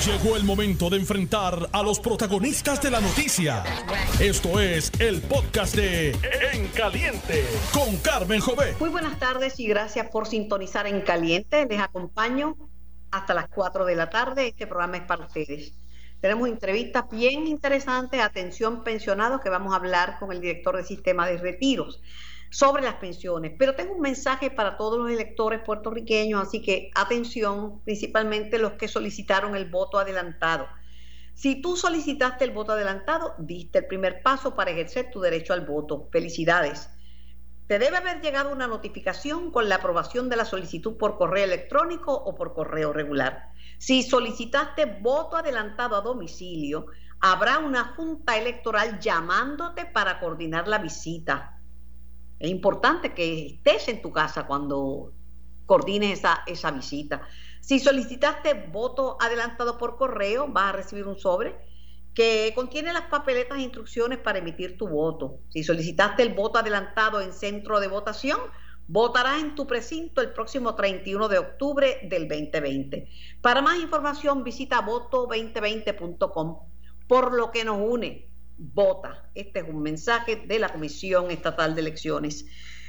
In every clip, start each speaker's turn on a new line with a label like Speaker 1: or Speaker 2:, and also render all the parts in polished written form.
Speaker 1: Llegó el momento de enfrentar a los protagonistas de la noticia. Esto es el podcast de En Caliente con Carmen Jovet.
Speaker 2: Muy buenas tardes y gracias por sintonizar En Caliente. Les acompaño hasta las 4 de la tarde. Este programa es para ustedes. Tenemos entrevistas bien interesantes. Atención, pensionados, que vamos a hablar con el director del sistema de retiros sobre las pensiones. Pero tengo un mensaje para todos los electores puertorriqueños, así que atención, principalmente los que solicitaron el voto adelantado. Si tú solicitaste el voto adelantado, diste el primer paso para ejercer tu derecho al voto. Felicidades. Te debe haber llegado una notificación con la aprobación de la solicitud por correo electrónico o por correo regular. Si solicitaste voto adelantado a domicilio, habrá una junta electoral llamándote para coordinar la visita. Es importante que estés en tu casa cuando coordines esa visita. Si solicitaste voto adelantado por correo, vas a recibir un sobre que contiene las papeletas e instrucciones para emitir tu voto. Si solicitaste el voto adelantado en centro de votación, votarás en tu precinto el próximo 31 de octubre del 2020. Para más información, visita voto2020.com. Por lo que nos une, vota. Este es un mensaje de la Comisión Estatal de Elecciones.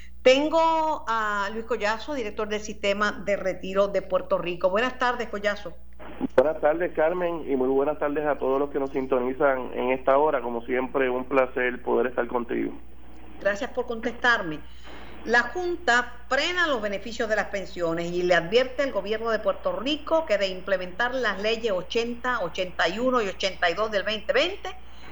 Speaker 2: Tengo a Luis Collazo, director del Sistema de Retiro de Puerto Rico. Buenas tardes, Collazo.
Speaker 3: Buenas tardes, Carmen, y muy buenas tardes a todos los que nos sintonizan en esta hora. Como siempre, un placer poder estar contigo.
Speaker 2: Gracias por contestarme. La Junta frena los beneficios de las pensiones y le advierte al gobierno de Puerto Rico que de implementar las leyes 80, 81 y 82 del 2020,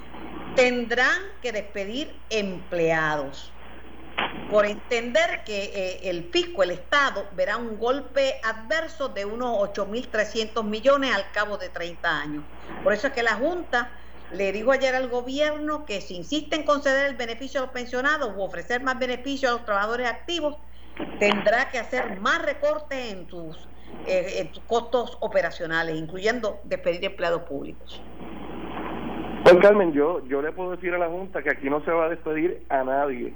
Speaker 2: tendrán que despedir empleados por entender que el fisco, el Estado, verá un golpe adverso de unos 8.300 millones al cabo de 30 años. Por eso es que la Junta le dijo ayer al gobierno que si insiste en conceder el beneficio a los pensionados u ofrecer más beneficios a los trabajadores activos, tendrá que hacer más recortes en sus costos operacionales, incluyendo despedir empleados públicos.
Speaker 3: Pues, Carmen, yo le puedo decir a la Junta que aquí no se va a despedir a nadie.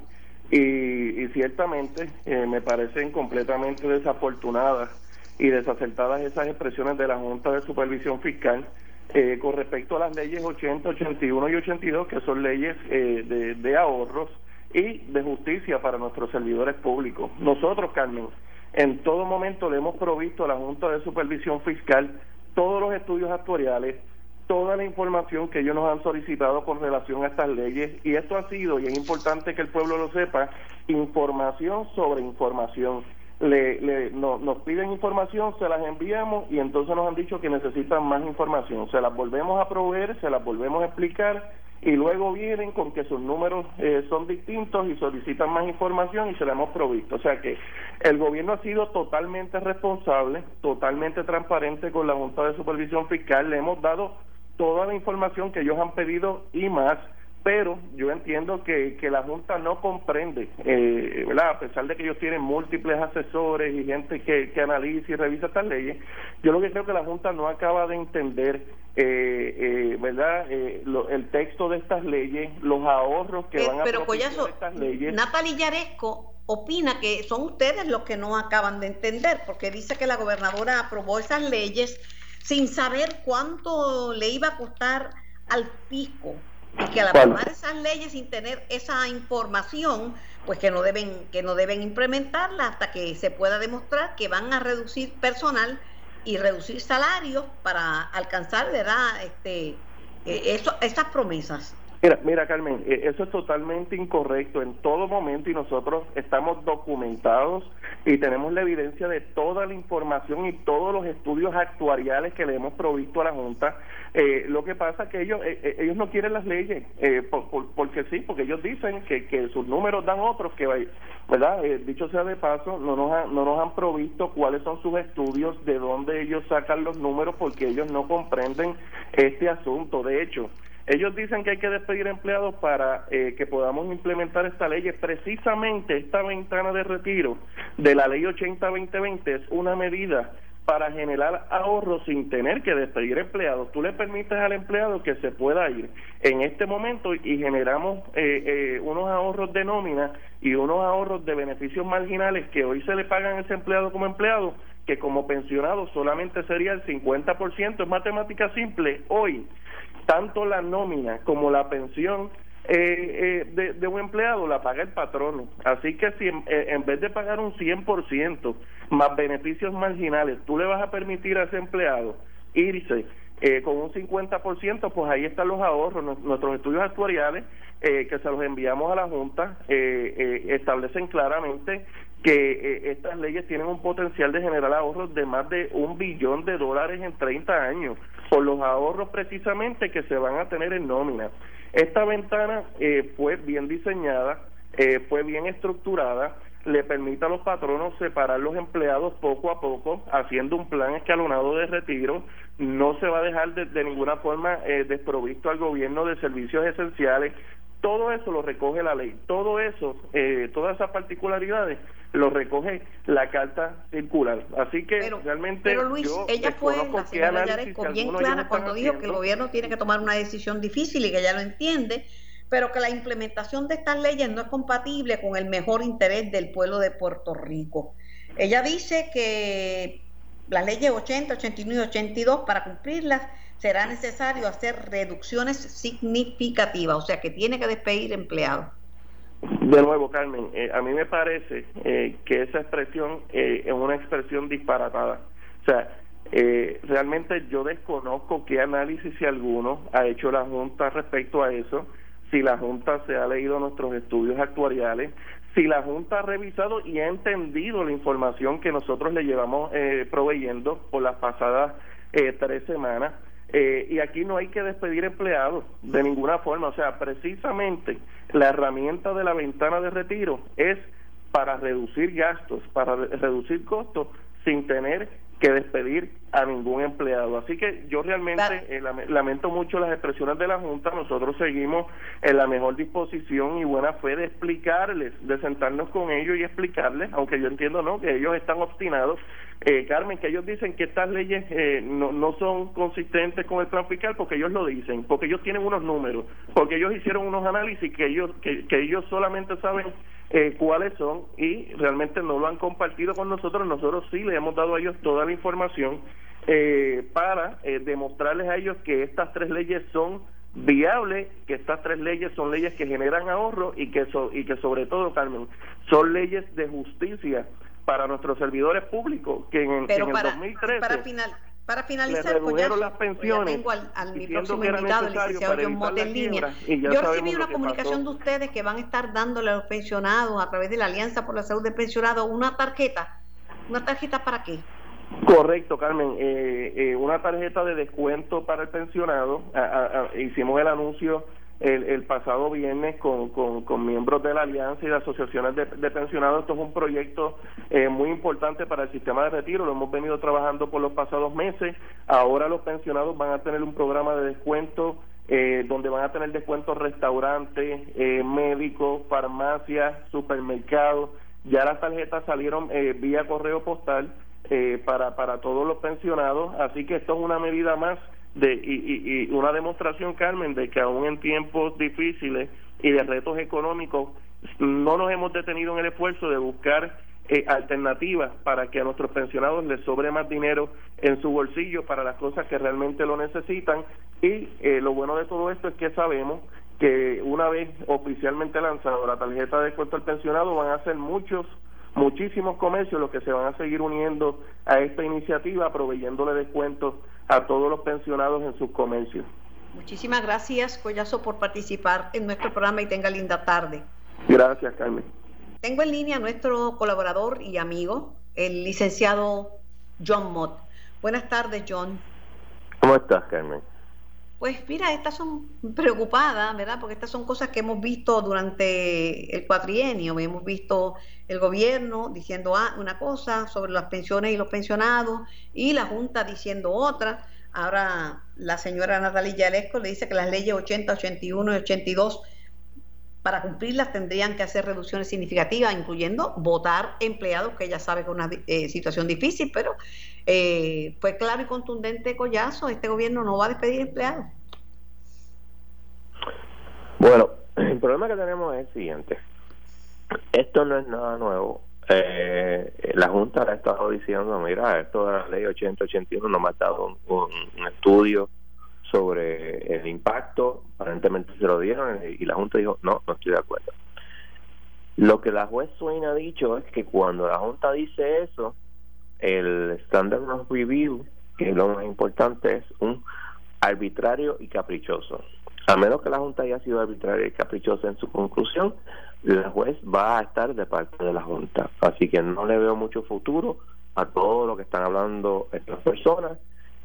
Speaker 3: Y ciertamente me parecen completamente desafortunadas y desacertadas esas expresiones de la Junta de Supervisión Fiscal con respecto a las leyes 80, 81 y 82, que son leyes de ahorros y de justicia para nuestros servidores públicos. Nosotros, Carmen, en todo momento le hemos provisto a la Junta de Supervisión Fiscal todos los estudios actuariales, toda la información que ellos nos han solicitado con relación a estas leyes, y esto ha sido, y es importante que el pueblo lo sepa, información sobre información. Nos piden información, se las enviamos y entonces nos han dicho que necesitan más información. Se las volvemos a proveer, se las volvemos a explicar y luego vienen con que sus números son distintos y solicitan más información y se la hemos provisto. O sea que el gobierno ha sido totalmente responsable, totalmente transparente con la Junta de Supervisión Fiscal. Le hemos dado toda la información que ellos han pedido y más, pero yo entiendo que la Junta no comprende, ¿verdad? A pesar de que ellos tienen múltiples asesores y gente que analiza y revisa estas leyes, yo lo que creo que la Junta no acaba de entender, ¿verdad? El texto de estas leyes, los ahorros que van a
Speaker 2: propiciar
Speaker 3: estas leyes.
Speaker 2: Natalie Yaresco opina que son ustedes los que no acaban de entender, porque dice que la gobernadora aprobó esas leyes sin saber cuánto le iba a costar al fisco, y que al aprobar esas leyes sin tener esa información, pues que no deben implementarla hasta que se pueda demostrar que van a reducir personal y reducir salarios para alcanzar, ¿verdad?, esas promesas.
Speaker 3: Mira, Carmen, eso es totalmente incorrecto en todo momento, y nosotros estamos documentados y tenemos la evidencia de toda la información y todos los estudios actuariales que le hemos provisto a la Junta. Lo que pasa es que ellos no quieren las leyes, porque sí, porque ellos dicen que sus números dan otros, que, ¿verdad? Dicho sea de paso, no nos han provisto cuáles son sus estudios, de dónde ellos sacan los números, porque ellos no comprenden este asunto. De hecho, ellos dicen que hay que despedir empleados para que podamos implementar esta ley. Precisamente esta ventana de retiro de la ley 80-2020 es una medida para generar ahorros sin tener que despedir empleados. Tú le permites al empleado que se pueda ir en este momento y generamos unos ahorros de nómina y unos ahorros de beneficios marginales que hoy se le pagan a ese empleado como empleado, que como pensionado solamente sería el 50%, es matemática simple. Hoy, tanto la nómina como la pensión de un empleado la paga el patrono, así que si en vez de pagar un 100% más beneficios marginales, tú le vas a permitir a ese empleado irse con un 50%, pues ahí están los ahorros. Nuestros estudios actuariales, que se los enviamos a la Junta, establecen claramente que estas leyes tienen un potencial de generar ahorros de más de $1 billón en 30 años, por los ahorros precisamente que se van a tener en nómina. Esta ventana fue bien diseñada, fue bien estructurada, le permite a los patronos separar los empleados poco a poco, haciendo un plan escalonado de retiro. No se va a dejar de ninguna forma desprovisto al gobierno de servicios esenciales. Todo eso lo recoge la ley, todo eso, todas esas particularidades lo recoge la carta circular. Así que realmente,
Speaker 2: pero Luis, ella fue, la señora Yaresco, bien clara cuando dijo que el gobierno tiene que tomar una decisión difícil y que ella lo entiende, pero que la implementación de estas leyes no es compatible con el mejor interés del pueblo de Puerto Rico. Ella dice que las leyes 80, 81 y 82, para cumplirlas, será necesario hacer reducciones significativas, o sea que tiene que despedir empleados.
Speaker 3: De nuevo, Carmen, a mí me parece que esa expresión es una expresión disparatada. O sea, realmente yo desconozco qué análisis, si alguno, ha hecho la Junta respecto a eso, si la Junta se ha leído nuestros estudios actuariales, si la Junta ha revisado y ha entendido la información que nosotros le llevamos proveyendo por las pasadas 3 semanas. Y aquí no hay que despedir empleados de ninguna forma. O sea, precisamente la herramienta de la ventana de retiro es para reducir gastos, para reducir costos, sin tener que despedir a ningún empleado. Así que yo realmente lamento mucho las expresiones de la Junta. Nosotros seguimos en la mejor disposición y buena fe de explicarles, de sentarnos con ellos y explicarles, aunque yo entiendo que ellos están obstinados, Carmen, que ellos dicen que estas leyes no son consistentes con el plan fiscal, porque ellos lo dicen, porque ellos tienen unos números, porque ellos hicieron unos análisis que ellos solamente saben cuáles son, y realmente no lo han compartido con nosotros. Nosotros sí le hemos dado a ellos toda la información para demostrarles a ellos que estas 3 leyes son viables, que estas 3 leyes son leyes que generan ahorro y que sobre todo, Carmen, son leyes de justicia para nuestros servidores públicos, que en el 2013
Speaker 2: para finalizar,
Speaker 3: le redujeron las pensiones,
Speaker 2: tengo al mi próximo invitado, el licenciado John Mott, en línea. Yo recibí una comunicación de ustedes que van a estar dándole a los pensionados, a través de la Alianza por la Salud del Pensionado, una tarjeta. ¿Una tarjeta para qué?
Speaker 3: Correcto, Carmen, una tarjeta de descuento para el pensionado. Hicimos el anuncio el pasado viernes con miembros de la Alianza y de asociaciones de pensionados. Esto es un proyecto muy importante para el sistema de retiro, lo hemos venido trabajando por los pasados meses. Ahora los pensionados van a tener un programa de descuento donde van a tener descuentos restaurantes, médicos, farmacias, supermercados. Ya las tarjetas salieron vía correo postal para todos los pensionados, así que esto es una medida más y una demostración, Carmen, de que aún en tiempos difíciles y de retos económicos no nos hemos detenido en el esfuerzo de buscar alternativas para que a nuestros pensionados les sobre más dinero en su bolsillo para las cosas que realmente lo necesitan. Y lo bueno de todo esto es que sabemos que una vez oficialmente lanzado la tarjeta de descuento al pensionado, van a ser muchísimos comercios los que se van a seguir uniendo a esta iniciativa, proveyéndole descuentos a todos los pensionados en sus comercios.
Speaker 2: Muchísimas gracias, Collazo, por participar en nuestro programa y tenga linda tarde.
Speaker 3: Gracias, Carmen.
Speaker 2: Tengo en línea a nuestro colaborador y amigo, el licenciado John Mott. Buenas tardes, John.
Speaker 4: ¿Cómo estás, Carmen?
Speaker 2: Pues mira, estas son preocupadas, ¿verdad? Porque estas son cosas que hemos visto durante el cuatrienio. Hemos visto el gobierno diciendo una cosa sobre las pensiones y los pensionados y la Junta diciendo otra. Ahora la señora Natalia Yaresco le dice que las leyes 80, 81 y 82, para cumplirlas tendrían que hacer reducciones significativas, incluyendo votar empleados, que ella sabe que es una situación difícil, pero fue claro y contundente Collazo, este gobierno no va a despedir empleados.
Speaker 4: Bueno, el problema que tenemos es el siguiente. Esto no es nada nuevo. La Junta le ha estado diciendo, mira, esto de la ley 8081 no me ha dado un estudio sobre el impacto, aparentemente se lo dieron y la Junta dijo, no estoy de acuerdo. Lo que la juez Swain ha dicho es que cuando la Junta dice eso, el Standard of Review, que es lo más importante, es un arbitrario y caprichoso. A menos que la Junta haya sido arbitraria y caprichosa en su conclusión, la juez va a estar de parte de la Junta. Así que no le veo mucho futuro a todo lo que están hablando estas personas.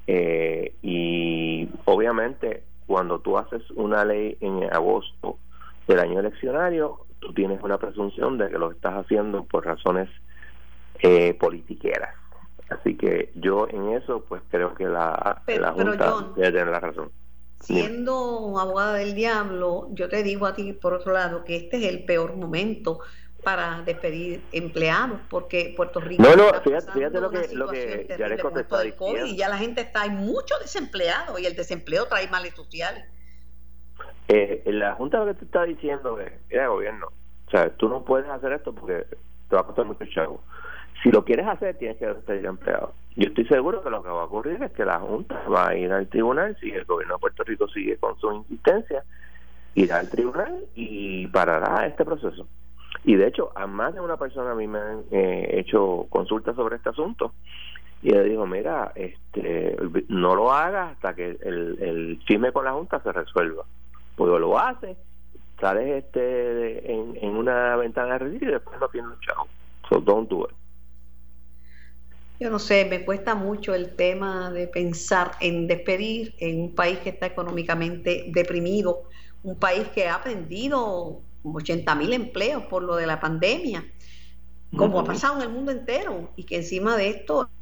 Speaker 4: Y obviamente, cuando tú haces una ley en agosto del año eleccionario, tú tienes una presunción de que lo estás haciendo por razones politiqueras. Así que yo en eso pues creo que la Junta
Speaker 2: John,
Speaker 4: debe tener la razón.
Speaker 2: Siendo abogada del diablo, yo te digo a ti por otro lado que este es el peor momento para despedir empleados, porque Puerto Rico
Speaker 4: fíjate lo que Yareco te está diciendo.
Speaker 2: Y ya la gente hay mucho desempleado y el desempleo trae males sociales.
Speaker 4: La Junta lo que te está diciendo es, mira, gobierno, o sea, tú no puedes hacer esto porque te va a costar mucho chavo. Si lo quieres hacer, tienes que despedir empleados. Yo estoy seguro que lo que va a ocurrir es que la Junta va a ir al tribunal, si el gobierno de Puerto Rico sigue con su insistencia, irá al tribunal y parará este proceso. Y de hecho, a más de una persona a mí me han hecho consultas sobre este asunto y le dijo, mira, no lo hagas hasta que el chisme con la Junta se resuelva. Pues lo hace, sales en una ventana de retiro y después no tienes un chavo. So don't do it.
Speaker 2: Yo no sé, me cuesta mucho el tema de pensar en despedir en un país que está económicamente deprimido, un país que ha perdido 80,000 empleos por lo de la pandemia, como ha pasado en el mundo entero, y que encima de esto,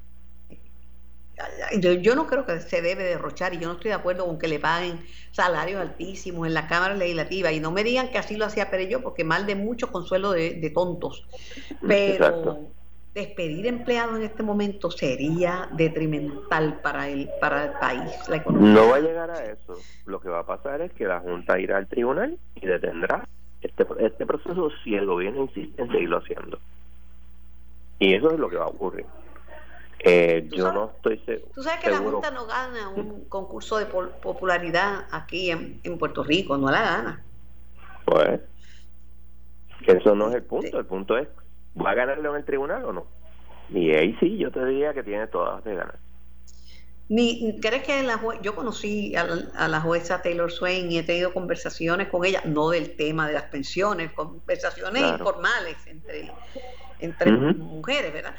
Speaker 2: yo no creo que se debe derrochar, y yo no estoy de acuerdo con que le paguen salarios altísimos en la Cámara Legislativa, y no me digan que así lo hacía Perelló, porque mal de mucho consuelo de tontos, pero exacto. Despedir empleados en este momento sería detrimental para el país, la economía.
Speaker 4: No va a llegar a eso. Lo que va a pasar es que la Junta irá al tribunal y detendrá este proceso si el gobierno insiste en seguirlo haciendo. Y eso es lo que va a ocurrir. Yo no estoy seguro.
Speaker 2: Tú sabes que la Junta no gana un concurso de popularidad aquí en Puerto Rico, no la gana.
Speaker 4: Pues eso no es el punto. El punto es, ¿va a ganarlo en el tribunal o no? Y ahí sí, yo te diría que tiene todas de ganar.
Speaker 2: ¿Crees que yo conocí a la jueza Taylor Swain y he tenido conversaciones con ella, no del tema de las pensiones, conversaciones informales entre mujeres, ¿verdad?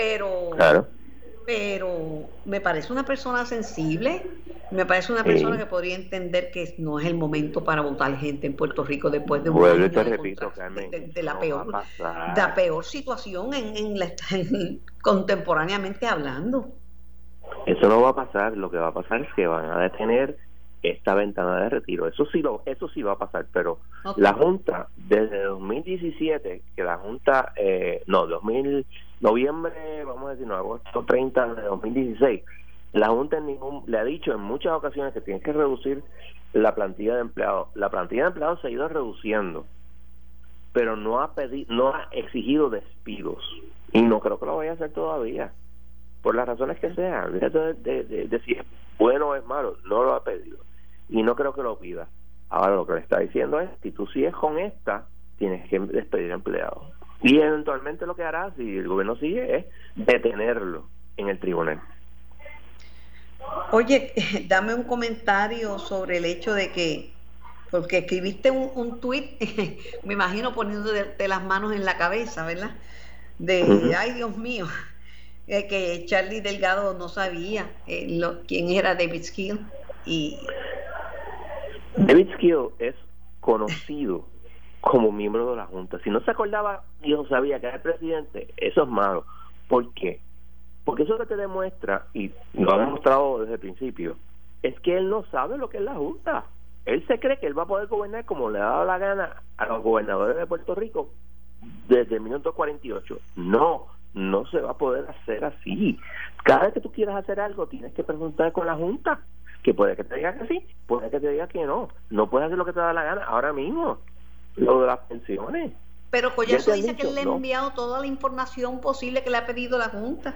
Speaker 2: Pero me parece una persona sensible, me parece una persona que podría entender que no es el momento para votar gente en Puerto Rico después de un año de la peor situación contemporáneamente hablando.
Speaker 4: Eso no va a pasar. Lo que va a pasar es que van a detener esta ventana de retiro. Eso sí va a pasar, pero la Junta desde 2017, que la Junta noviembre, vamos a decir, agosto 30 de 2016, la Junta le ha dicho en muchas ocasiones que tiene que reducir la plantilla de empleados. La plantilla de empleados se ha ido reduciendo, pero no ha exigido despidos, y no creo que lo vaya a hacer todavía, por las razones que sean. Fíjate de si es bueno o es malo, no lo ha pedido, y no creo que lo pida. Ahora lo que le está diciendo es, si tú sigues con esta, tienes que despedir empleados. Y eventualmente lo que hará, si el gobierno sigue, es detenerlo en el tribunal.
Speaker 2: Oye, dame un comentario sobre el hecho de que, porque escribiste un tuit, me imagino poniéndote las manos en la cabeza, ¿verdad? Ay, Dios mío, que Charlie Delgado no sabía quién era David Skill.
Speaker 4: David Skill es conocido como miembro de la Junta. Si no se acordaba y no sabía que era el presidente, eso es malo. ¿Por qué? Porque eso que te demuestra, y lo ha demostrado desde el principio, es que él no sabe lo que es la Junta. Él se cree que él va a poder gobernar como le ha dado la gana a los gobernadores de Puerto Rico desde 1948. No se va a poder hacer así. Cada vez que tú quieras hacer algo, tienes que preguntar con la Junta, que puede que te diga que sí, puede que te diga que no. No puedes hacer lo que te da la gana ahora mismo. Lo de las pensiones,
Speaker 2: Pero Collazo dice que
Speaker 4: dicho,
Speaker 2: él le ha enviado toda la información posible que le ha pedido la Junta.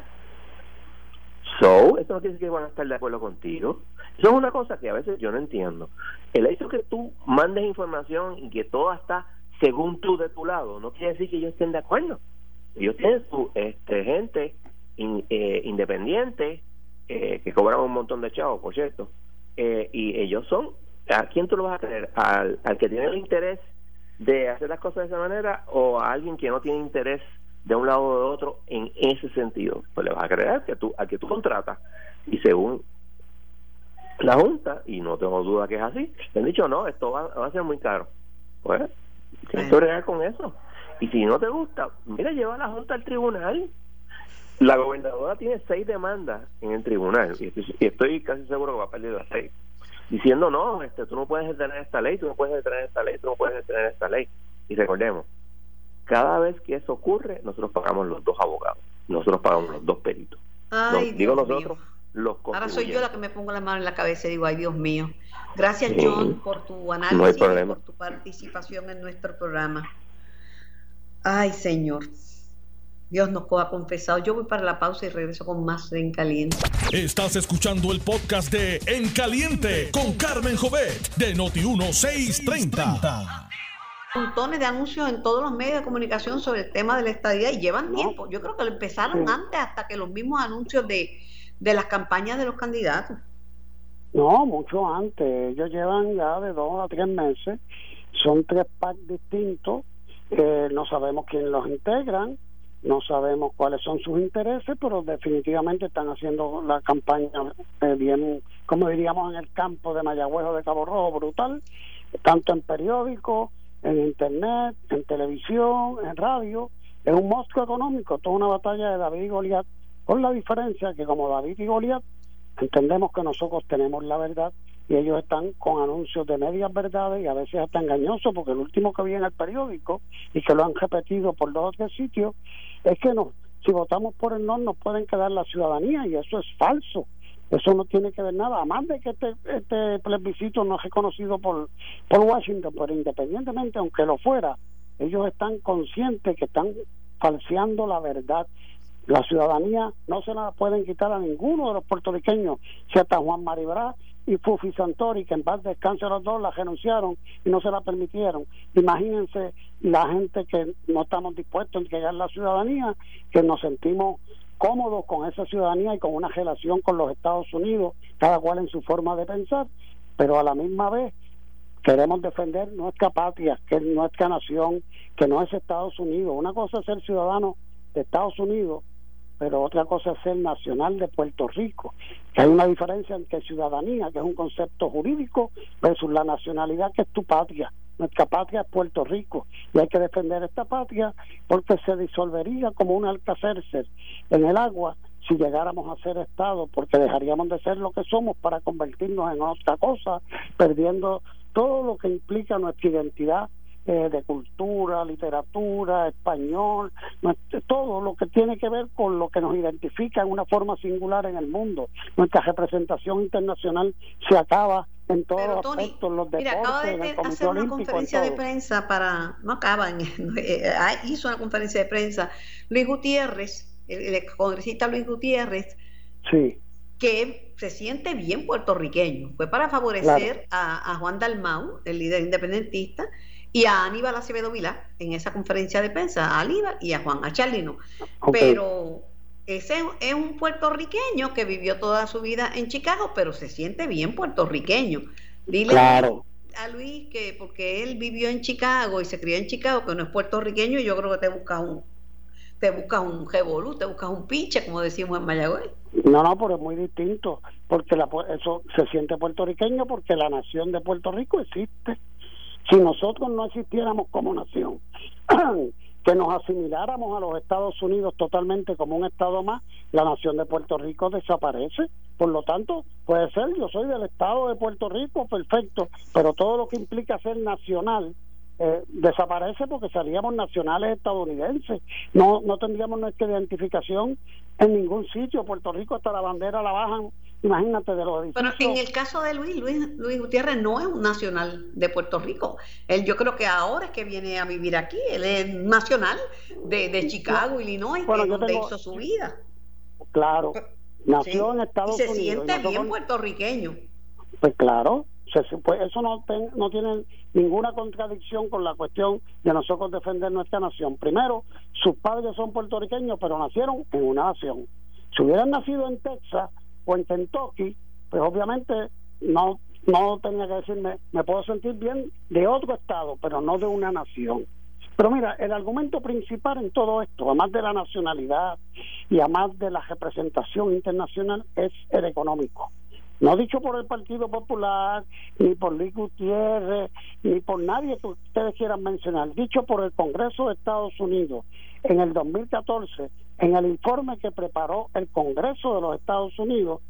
Speaker 4: Eso no quiere decir que van a estar de acuerdo contigo. Eso es una cosa que a veces yo no entiendo. El hecho que tú mandes información y que todo está según tú de tu lado, no quiere decir que ellos estén de acuerdo. Ellos tienen su gente independiente que cobran un montón de chavos, por cierto, y ellos son, ¿a quién tú lo vas a creer? ¿Al que tiene el interés de hacer las cosas de esa manera o a alguien que no tiene interés de un lado o de otro en ese sentido? Pues le vas a creer al que tú contratas, y según la Junta, y no tengo duda que es así, le han dicho no, esto va a ser muy caro. Pues tienes que bregar con eso, y si no te gusta, mira, lleva a la Junta al tribunal. La gobernadora tiene 6 demandas en el tribunal, y estoy casi seguro que va a perder las 6, diciendo no, tú no puedes detener esta ley, tú no puedes detener esta ley, tú no puedes detener esta ley. Y recordemos, cada vez que eso ocurre, nosotros pagamos los 2 abogados, nosotros pagamos los 2 peritos.
Speaker 2: Ay,
Speaker 4: Digo
Speaker 2: Dios
Speaker 4: nosotros,
Speaker 2: mío.
Speaker 4: los
Speaker 2: Ahora soy yo la que me pongo la mano en la cabeza y digo, ay, Dios mío. Gracias,
Speaker 4: Sí.
Speaker 2: John, por tu análisis,
Speaker 4: No hay problema.
Speaker 2: por tu participación en nuestro programa. Ay, Señor. Dios nos ha confesado. Yo voy para la pausa y regreso con más de En Caliente.
Speaker 1: Estás escuchando el podcast de En Caliente con Carmen Jovet de Noti1 630.
Speaker 2: Montones de anuncios en todos los medios de comunicación sobre el tema de la estadidad y llevan tiempo. Yo creo que lo empezaron antes hasta que los mismos anuncios de las campañas de los candidatos.
Speaker 5: No, mucho antes. Ellos llevan ya de 2 a 3 meses. Son 3 PAC distintos. No sabemos quién los integran. No sabemos cuáles son sus intereses, pero definitivamente están haciendo la campaña bien, como diríamos en el campo de Mayagüez o de Cabo Rojo, brutal, tanto en periódicos, en internet, en televisión, en radio. Es un monstruo económico, toda una batalla de David y Goliat, con la diferencia que como David y Goliat entendemos que nosotros tenemos la verdad y ellos están con anuncios de medias verdades y a veces hasta engañosos, porque el último que vi en el periódico y que lo han repetido por 2 o 3 sitios es que si votamos por el no nos pueden quedar la ciudadanía, y eso es falso. Eso no tiene que ver nada, además de que este plebiscito no es reconocido por Washington, pero independientemente, aunque lo fuera, ellos están conscientes que están falseando la verdad. La ciudadanía no se la pueden quitar a ninguno de los puertorriqueños, si hasta Juan Maribra y Fufi Santori, que en paz descanse los 2, la renunciaron y no se la permitieron. Imagínense la gente que no estamos dispuestos a entregar la ciudadanía, que nos sentimos cómodos con esa ciudadanía y con una relación con los Estados Unidos, cada cual en su forma de pensar, pero a la misma vez queremos defender nuestra patria, que es nuestra nación, que no es Estados Unidos. Una cosa es ser ciudadano de Estados Unidos, pero otra cosa es ser nacional de Puerto Rico. Que hay una diferencia entre ciudadanía, que es un concepto jurídico, versus la nacionalidad, que es tu patria. Nuestra patria es Puerto Rico y hay que defender esta patria, porque se disolvería como un Alcacercer en el agua si llegáramos a ser Estado, porque dejaríamos de ser lo que somos para convertirnos en otra cosa, perdiendo todo lo que implica nuestra identidad de cultura, literatura, español, todo lo que tiene que ver con lo que nos identifica en una forma singular en el mundo. Nuestra representación internacional se acaba en todos los aspectos, los deportes,
Speaker 2: acaba de
Speaker 5: en el Comité
Speaker 2: hacer una
Speaker 5: Olímpico,
Speaker 2: conferencia de prensa hizo una conferencia de prensa Luis Gutiérrez, el congresista Luis Gutiérrez,
Speaker 5: sí,
Speaker 2: que se siente bien puertorriqueño. Fue para favorecer a Juan Dalmau, el líder independentista, y a Aníbal Acevedo Vilá en esa conferencia de prensa, a Aníbal y a Juan, a Charly no. Pero ese es un puertorriqueño que vivió toda su vida en Chicago, pero se siente bien puertorriqueño. Dile a Luis que porque él vivió en Chicago y se crió en Chicago, que no es puertorriqueño, y yo creo que te buscas un revolú, te buscas un pinche, como decimos en Mayagüez.
Speaker 5: No, pero es muy distinto, porque eso se siente puertorriqueño porque la nación de Puerto Rico existe. Si nosotros no existiéramos como nación, que nos asimiláramos a los Estados Unidos totalmente como un estado más, la nación de Puerto Rico desaparece. Por lo tanto, puede ser, yo soy del estado de Puerto Rico, perfecto, pero todo lo que implica ser nacional desaparece, porque seríamos nacionales estadounidenses. No tendríamos nuestra identificación en ningún sitio. Puerto Rico hasta la bandera la bajan imagínate, de los edificios.
Speaker 2: Pero en el caso de Luis Gutiérrez no es un nacional de Puerto Rico. Él, yo creo que ahora es que viene a vivir aquí. Él es nacional de Chicago, Illinois, que es donde hizo su vida.
Speaker 5: Claro, nació en Estados Unidos.
Speaker 2: Y se siente bien puertorriqueño.
Speaker 5: Pues claro, pues eso no tiene ninguna contradicción con la cuestión de nosotros defender nuestra nación. Primero, sus padres son puertorriqueños, pero nacieron en una nación. Si hubieran nacido en Texas o en Kentucky, pues obviamente no tenía que decirme, me puedo sentir bien de otro estado, pero no de una nación. Pero mira, el argumento principal en todo esto, además de la nacionalidad y además de la representación internacional, es el económico. No dicho por el Partido Popular, ni por Luis Gutiérrez, ni por nadie que ustedes quieran mencionar, dicho por el Congreso de Estados Unidos en el 2014, en el informe que preparó el Congreso de los Estados Unidos,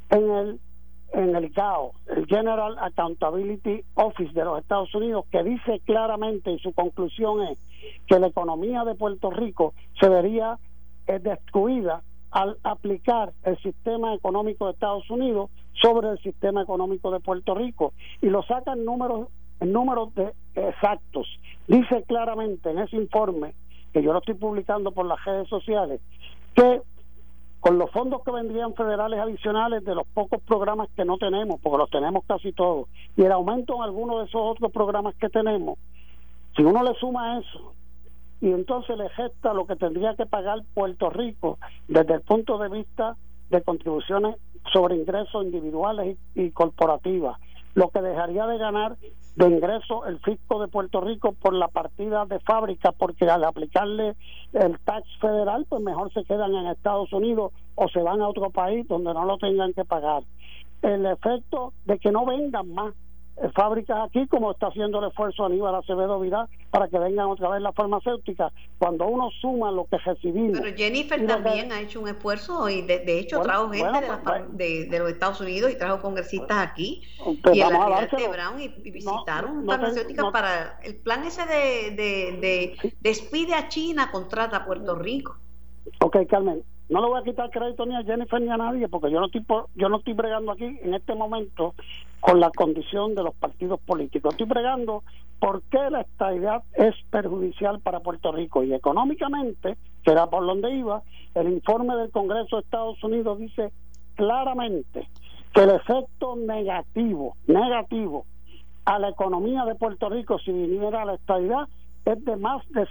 Speaker 5: en el GAO, el General Accountability Office de los Estados Unidos, que dice claramente, y su conclusión es que la economía de Puerto Rico se vería destruida al aplicar el sistema económico de Estados Unidos sobre el sistema económico de Puerto Rico, y lo sacan en números exactos. Dice claramente en ese informe, que yo lo estoy publicando por las redes sociales, que con los fondos que vendrían federales adicionales de los pocos programas que no tenemos, porque los tenemos casi todos, y el aumento en algunos de esos otros programas que tenemos, si uno le suma eso y entonces le gesta lo que tendría que pagar Puerto Rico desde el punto de vista de contribuciones sobre ingresos individuales y corporativas, lo que dejaría de ganar de ingresos el fisco de Puerto Rico por la partida de fábrica, porque al aplicarle el tax federal, pues mejor se quedan en Estados Unidos o se van a otro país donde no lo tengan que pagar. El efecto de que no vengan más fábricas aquí, como está haciendo el esfuerzo Aníbal Acevedo Vidal para que vengan otra vez las farmacéuticas, cuando uno suma lo que recibimos.
Speaker 2: Pero Jennifer también ha hecho un esfuerzo y de hecho trajo gente de los Estados Unidos y trajo congresistas aquí y el almirante Brown y visitaron farmacéuticas para el plan ese de despide a China, contrata a Puerto Rico.
Speaker 5: Ok, Carmen, no le voy a quitar crédito ni a Jennifer ni a nadie, porque yo no estoy bregando aquí en este momento con la condición de los partidos políticos. Estoy bregando por qué la estadidad es perjudicial para Puerto Rico, y económicamente, que era por donde iba, el informe del Congreso de Estados Unidos dice claramente que el efecto negativo a la economía de Puerto Rico si viniera la estadidad es de más de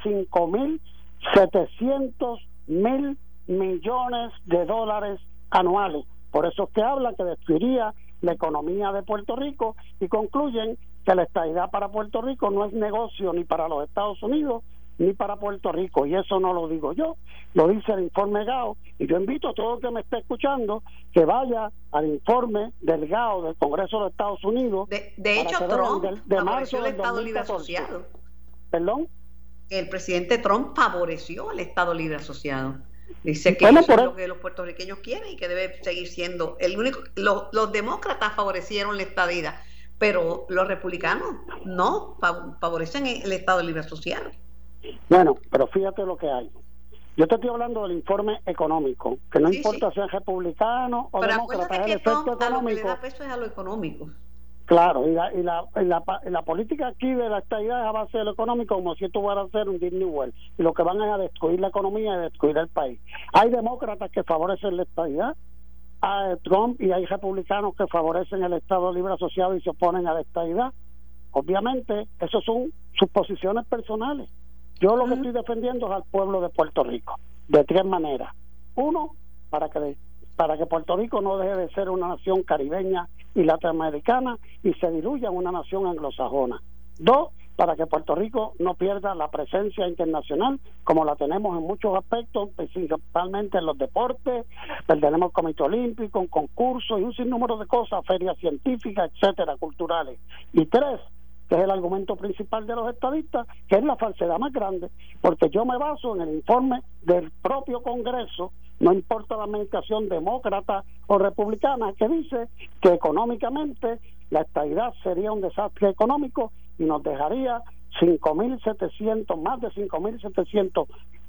Speaker 5: 5.700.000 millones de dólares anuales. Por eso es que habla que destruiría la economía de Puerto Rico, y concluyen que la estadidad para Puerto Rico no es negocio ni para los Estados Unidos ni para Puerto Rico, y eso no lo digo yo, lo dice el informe GAO, y yo invito a todo el que me esté escuchando que vaya al informe del GAO del Congreso de Estados Unidos.
Speaker 2: De hecho, Trump favoreció el Estado Libre Asociado.
Speaker 5: ¿Perdón?
Speaker 2: El presidente Trump favoreció el Estado Libre Asociado. Dice que eso es lo que los puertorriqueños quieren y que debe seguir siendo el único. Los demócratas favorecieron la estadidad, pero los republicanos no favorecen el Estado Libre Asociado.
Speaker 5: Bueno, pero fíjate lo que hay. Yo te estoy hablando del informe económico, que no importa si es republicano o demócrata, es el efecto económico.
Speaker 2: Lo que le da peso es a lo económico.
Speaker 5: Claro, y la política aquí de la estadidad es a base de lo económico, como si esto fuera a ser un Disney World, y lo que van es a destruir la economía y a destruir el país. Hay demócratas que favorecen la estadidad, a Trump, y hay republicanos que favorecen el Estado Libre Asociado y se oponen a la estadidad. Obviamente, esas son sus posiciones personales. Yo lo que estoy defendiendo es al pueblo de Puerto Rico, de tres maneras. Uno, para que Puerto Rico no deje de ser una nación caribeña y latinoamericana y se diluya en una nación anglosajona. Dos, para que Puerto Rico no pierda la presencia internacional como la tenemos en muchos aspectos, principalmente en los deportes, tenemos el Comité Olímpico, un concurso y un sinnúmero de cosas, ferias científicas, etcétera, culturales. Y tres, que es el argumento principal de los estadistas, que es la falsedad más grande, porque yo me baso en el informe del propio Congreso, no importa la administración demócrata o republicana, que dice que económicamente la estadidad sería un desastre económico y nos dejaría más de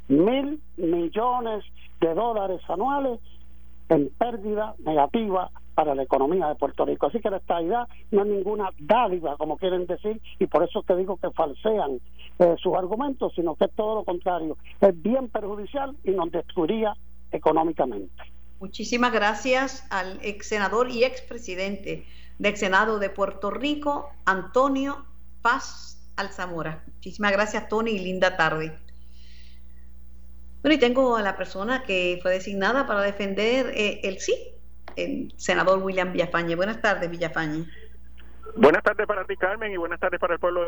Speaker 5: 5.700.000 millones de dólares anuales en pérdida negativa para la economía de Puerto Rico. Así que la estadidad no es ninguna dádiva, como quieren decir, y por eso te digo que falsean sus argumentos, sino que es todo lo contrario, es bien perjudicial y nos destruiría económicamente.
Speaker 2: Muchísimas gracias al ex senador y expresidente del Senado de Puerto Rico, Antonio Paz Alzamora. Muchísimas gracias, Tony, y linda tarde. Bueno, y tengo a la persona que fue designada para defender el senador William Villafañe. Buenas tardes, Villafañe.
Speaker 6: Buenas tardes para ti, Carmen, y buenas tardes para el pueblo.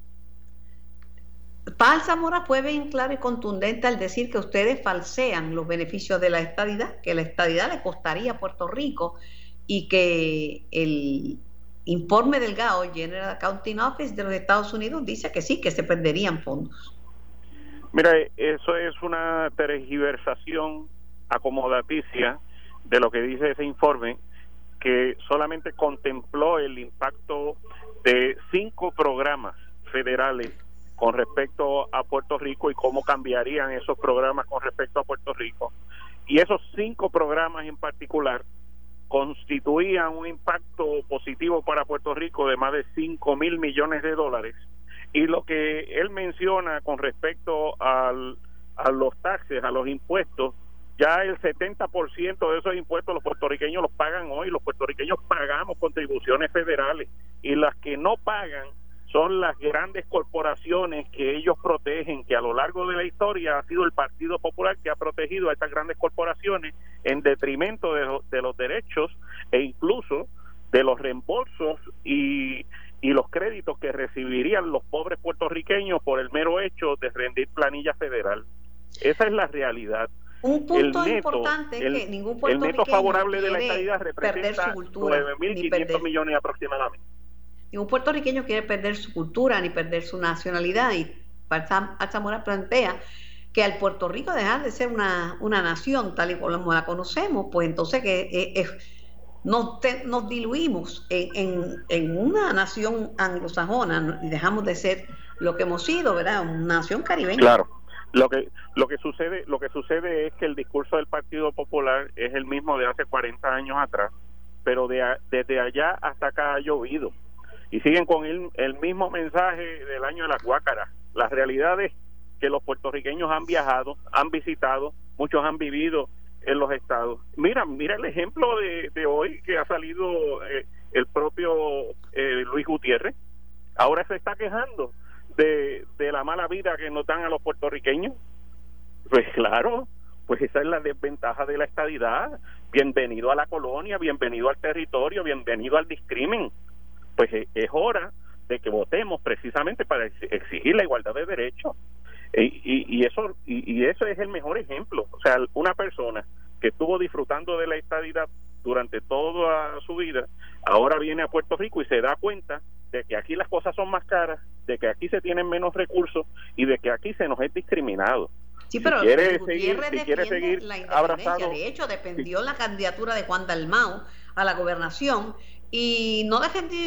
Speaker 2: Paz Alzamora fue bien claro y contundente al decir que ustedes falsean los beneficios de la estadidad, que la estadidad le costaría a Puerto Rico y que el informe del GAO, General Accounting Office de los Estados Unidos, dice que sí, que se perderían fondos.
Speaker 6: Mira, eso es una tergiversación acomodaticia de lo que dice ese informe, que solamente contempló el impacto de 5 programas federales con respecto a Puerto Rico y cómo cambiarían esos programas con respecto a Puerto Rico. Y esos 5 programas en particular constituían un impacto positivo para Puerto Rico de más de $5,000 millones. Y lo que él menciona con respecto a los taxes, a los impuestos, ya el 70% de esos impuestos los puertorriqueños los pagan hoy. Los puertorriqueños pagamos contribuciones federales, y las que no pagan son las grandes corporaciones que ellos protegen, que a lo largo de la historia ha sido el Partido Popular que ha protegido a estas grandes corporaciones en detrimento de los derechos e incluso de los reembolsos y los créditos que recibirían los pobres puertorriqueños por el mero hecho de rendir planilla federal. Esa es la realidad.
Speaker 2: Un punto importante es que ningún puertorriqueño
Speaker 6: el neto favorable de la estadidad
Speaker 2: perder su cultura,
Speaker 6: 9.500 millones aproximadamente.
Speaker 2: Ningún puertorriqueño quiere perder su cultura ni perder su nacionalidad, y Alzamora plantea que al Puerto Rico dejar de ser una nación tal y como la conocemos, pues entonces que nos diluimos en una nación anglosajona y dejamos de ser lo que hemos sido, ¿verdad? Una nación caribeña.
Speaker 6: Claro. Lo que sucede es que el discurso del Partido Popular es el mismo de hace 40 años atrás, pero desde allá hasta acá ha llovido y siguen con el mismo mensaje del año de las guácaras. La realidad es que los puertorriqueños han viajado, han visitado, muchos han vivido en los estados. Mira el ejemplo de hoy que ha salido el propio Luis Gutiérrez. Ahora se está quejando de la mala vida que nos dan a los puertorriqueños. Pues claro, pues esa es la desventaja de la estadidad. Bienvenido a la colonia, bienvenido al territorio, bienvenido al discrimen. Pues es hora de que votemos precisamente para exigir la igualdad de derechos. Y eso es el mejor ejemplo. O sea, una persona que estuvo disfrutando de la estadidad durante toda su vida, ahora viene a Puerto Rico y se da cuenta de que aquí las cosas son más caras, de que aquí se tienen menos recursos y de que aquí se nos es discriminado.
Speaker 2: Sí, pero
Speaker 6: si quiere seguir
Speaker 2: la independencia.
Speaker 6: abrazado,
Speaker 2: de hecho, defendió la candidatura de Juan Dalmau a la gobernación y no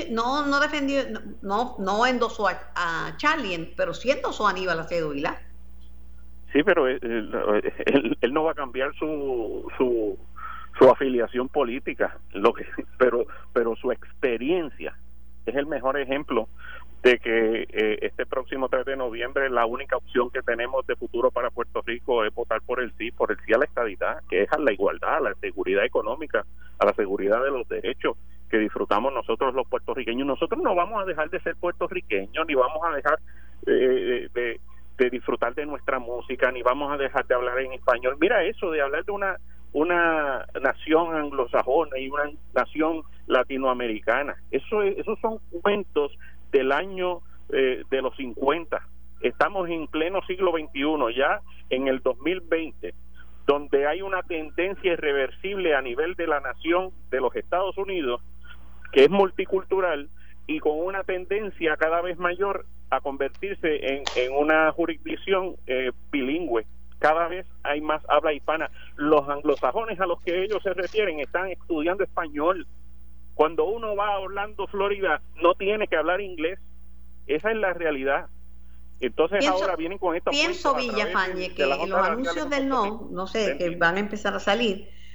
Speaker 2: endosó a Charlie, pero sí endosó a Aníbal Acevedo Vilá.
Speaker 6: Sí, pero él no va a cambiar su afiliación política, pero su experiencia es el mejor ejemplo de que este próximo 3 de noviembre la única opción que tenemos de futuro para Puerto Rico es votar por el sí a la estadidad, que es a la igualdad, a la seguridad económica, a la seguridad de los derechos que disfrutamos nosotros los puertorriqueños. Nosotros no vamos a dejar de ser puertorriqueños, ni vamos a dejar de disfrutar de nuestra música, ni vamos a dejar de hablar en español. Mira eso de hablar de una nación anglosajona y una nación latinoamericana. Esos son cuentos del año de los 50. Estamos en pleno siglo XXI, ya en el 2020, donde hay una tendencia irreversible a nivel de la nación de los Estados Unidos, que es multicultural y con una tendencia cada vez mayor a convertirse en una jurisdicción bilingüe. Cada vez hay más habla hispana. Los anglosajones a los que ellos se refieren están estudiando español. Cuando uno va a Orlando, Florida, no tiene que hablar inglés. Esa es la realidad. Entonces ahora vienen con estos
Speaker 2: Villafañe, que los anuncios del no sé, que van a empezar a salir,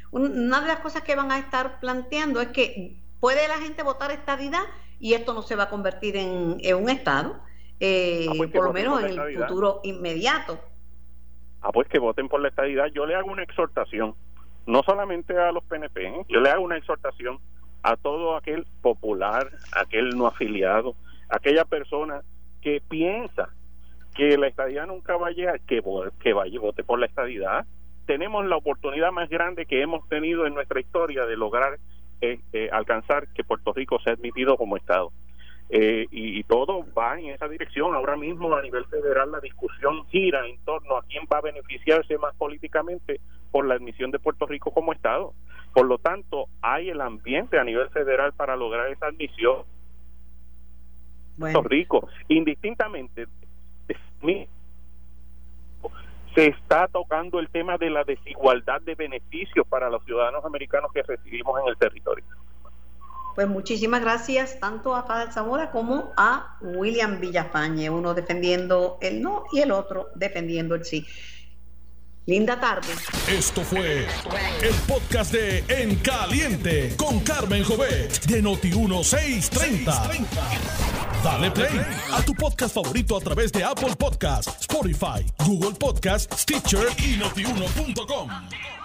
Speaker 2: Una de las cosas que van a estar planteando es que puede la gente votar estadidad y esto no se va a convertir en un estado,
Speaker 6: pues
Speaker 2: por lo menos en el futuro inmediato.
Speaker 6: Pues que voten por la estadidad. Yo le hago una exhortación, no solamente a los PNP, yo le hago una exhortación a todo aquel popular, aquel no afiliado, aquella persona que piensa que la estadidad nunca va a llegar, que vaya y vote por la estadidad. Tenemos la oportunidad más grande que hemos tenido en nuestra historia de lograr alcanzar que Puerto Rico sea admitido como estado. Y todo va en esa dirección. Ahora mismo a nivel federal la discusión gira en torno a quién va a beneficiarse más políticamente por la admisión de Puerto Rico como estado. Por lo tanto, hay el ambiente a nivel federal para lograr esa admisión. Puerto Rico, indistintamente, se está tocando el tema de la desigualdad de beneficios para los ciudadanos americanos que residimos en el territorio.
Speaker 2: Pues muchísimas gracias tanto a Fadel Zamora como a William Villafañe, uno defendiendo el no y el otro defendiendo el sí. Linda tarde.
Speaker 1: Esto fue el podcast de En Caliente con Carmen Jovet de Noti1 630. Dale play a tu podcast favorito a través de Apple Podcasts, Spotify, Google Podcasts, Stitcher y Notiuno.com.